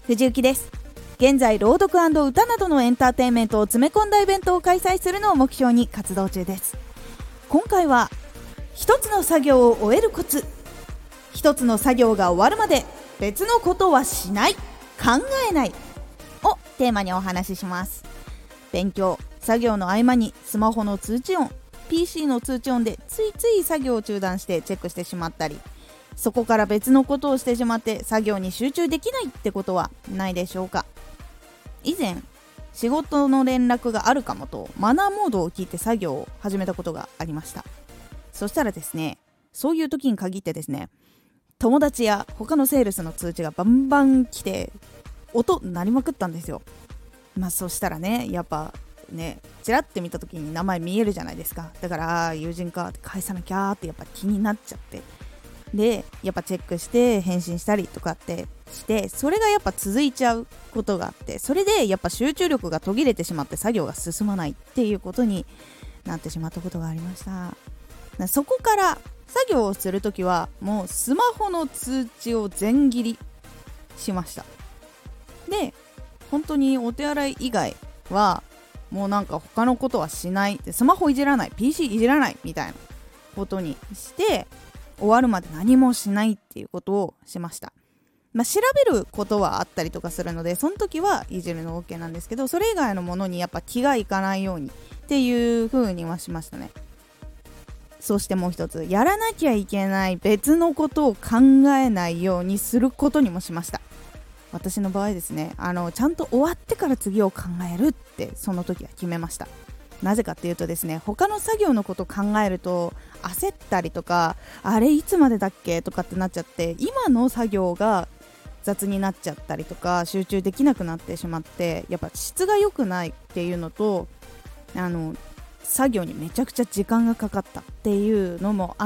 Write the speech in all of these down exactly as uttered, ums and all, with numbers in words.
藤幸です。現在朗読&歌などのエンターテインメントを詰め込んだイベントを開催するのを目標に活動中です。今回は一つの作業を終えるコツ、一つの作業が終わるまで別のことはしない、考えないをテーマにお話しします。勉強、作業の合間にスマホの通知音、 ピーシー の通知音でついつい作業を中断してチェックしてしまったり、そこから別のことをしてしまって作業に集中できないってことはないでしょうか。以前仕事の連絡があるかもとマナーモードを聞いて作業を始めたことがありました。そしたらですね、そういう時に限ってですね、友達や他のセールスの通知がバンバン来て音鳴りまくったんですよ。まあそしたらね、やっぱね、チラって見た時に名前見えるじゃないですか。だからあ友人かって返さなきゃってやっぱ気になっちゃって、でやっぱチェックして返信したりとかってして、それがやっぱ続いちゃうことがあって、それでやっぱ集中力が途切れてしまって作業が進まないっていうことになってしまったことがありました。そこから作業をするときはもうスマホの通知を全切りしました。で本当にお手洗い以外はもうなんか他のことはしない、スマホいじらない、 ピーシー いじらないみたいなことにして終わるまで何もしないっていうことをしました。まあ、調べることはあったりとかするのでその時はいじるの OK なんですけど、それ以外のものにやっぱ気がいかないようにっていう風にはしましたね。そしてもう一つ、やらなきゃいけない別のことを考えないようにすることにもしました。私の場合ですね、あのちゃんと終わってから次を考えるってその時は決めました。なぜかっていうとですね、他の作業のことを考えると焦ったりとか、あれいつまでだっけとかってなっちゃって、今の作業が雑になっちゃったりとか集中できなくなってしまって、やっぱ質が良くないっていうのと、あの作業にめちゃくちゃ時間がかかったっていうのもあって、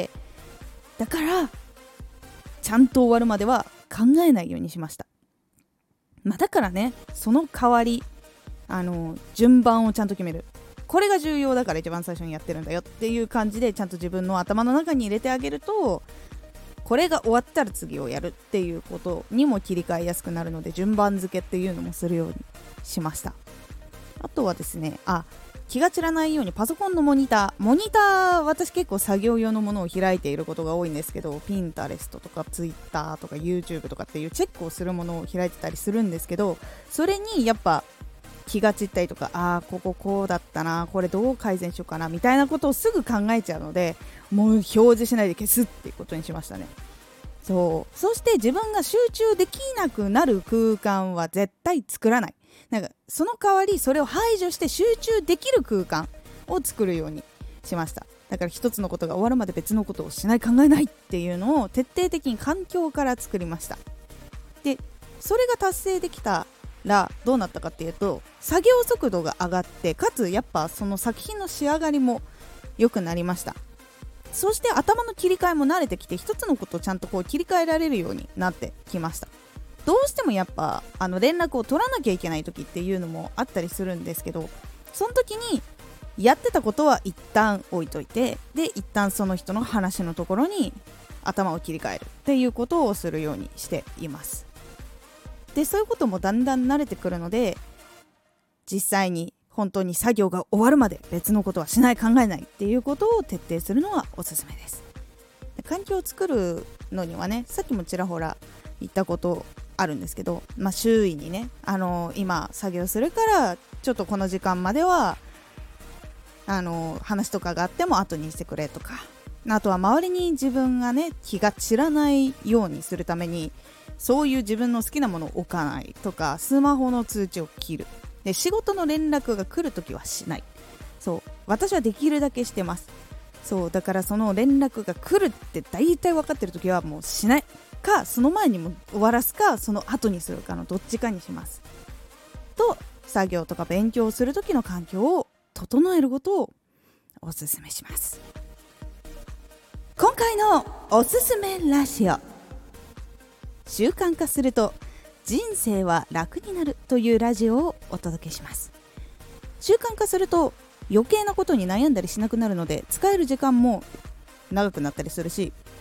だからちゃんと終わるまでは考えないようにしました。まあ、だからね、その代わりあの順番をちゃんと決める、これが重要だから一番最初にやってるんだよっていう感じでちゃんと自分の頭の中に入れてあげると、これが終わったら次をやるっていうことにも切り替えやすくなるので、順番付けっていうのもするようにしました。あとはですね、あ気が散らないようにパソコンのモニターモニター私結構作業用のものを開いていることが多いんですけど、ピンタレストとかツイッターとか YouTube とかっていうチェックをするものを開いてたりするんですけど、それにやっぱ気が散ったりとか、あーこここうだったな、これどう改善しようかなみたいなことをすぐ考えちゃうので、もう表示しないで消すっていうことにしましたね。そうそして自分が集中できなくなる空間は絶対作らない。なんかその代わりそれを排除して集中できる空間を作るようにしました。だから一つのことが終わるまで別のことをしない、考えないっていうのを徹底的に環境から作りました。でそれが達成できたらどうなったかっていうと、作業速度が上がって、かつやっぱその作品の仕上がりも良くなりました。そして頭の切り替えも慣れてきて、一つのことをちゃんとこう切り替えられるようになってきました。どうしてもやっぱあの連絡を取らなきゃいけない時っていうのもあったりするんですけど、その時にやってたことは一旦置いといて、で一旦その人の話のところに頭を切り替えるっていうことをするようにしています。でそういうこともだんだん慣れてくるので、実際に本当に作業が終わるまで別のことはしない、考えないっていうことを徹底するのはおすすめです。で環境を作るのにはね、さっきもちらほら言ったことあるんですけど、まあ、周囲にね、あのー、今作業するからちょっとこの時間まではあのー、話とかがあっても後にしてくれとか、あとは周りに自分がね気が散らないようにするために、そういう自分の好きなものを置かないとか、スマホの通知を切る、で仕事の連絡が来るときはしない。そう私はできるだけしてます。そうだからその連絡が来るって大体分かってるときはもうしないか、その前にも終わらすか、その後にするかのどっちかにしますと、作業とか勉強をするときの環境を整えることをおすすめします。今回のおすすめラジオ、習慣化すると人生は楽になるというラジオをお届けします。習慣化すると余計なことに悩んだりしなくなるので、使える時間も長くなったりするし、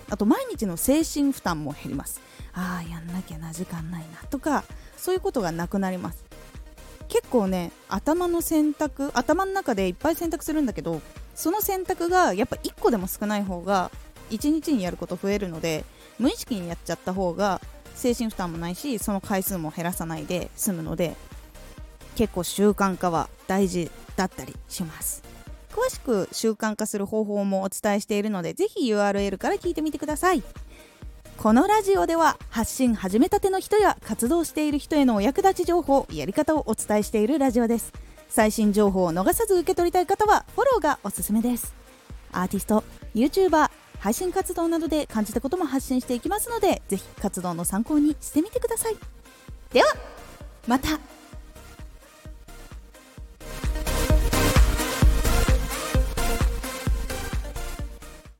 あと毎日の精神負担も減ります。ああやんなきゃな、時間ないなとか、そういうことがなくなります。結構ね、頭の選択頭の中でいっぱい選択するんだけど、その選択がやっぱいっこでも少ない方がいちにちにやること増えるので、無意識にやっちゃった方が精神負担もないし、その回数も減らさないで済むので、結構習慣化は大事だったりします。詳しく習慣化する方法もお伝えしているので、ぜひ ユーアールエル から聞いてみてください。このラジオでは発信始めたての人や活動している人へのお役立ち情報、やり方をお伝えしているラジオです。最新情報を逃さず受け取りたい方はフォローがおすすめです。アーティスト、YouTuber、配信活動などで感じたことも発信していきますので、ぜひ活動の参考にしてみてください。ではまた。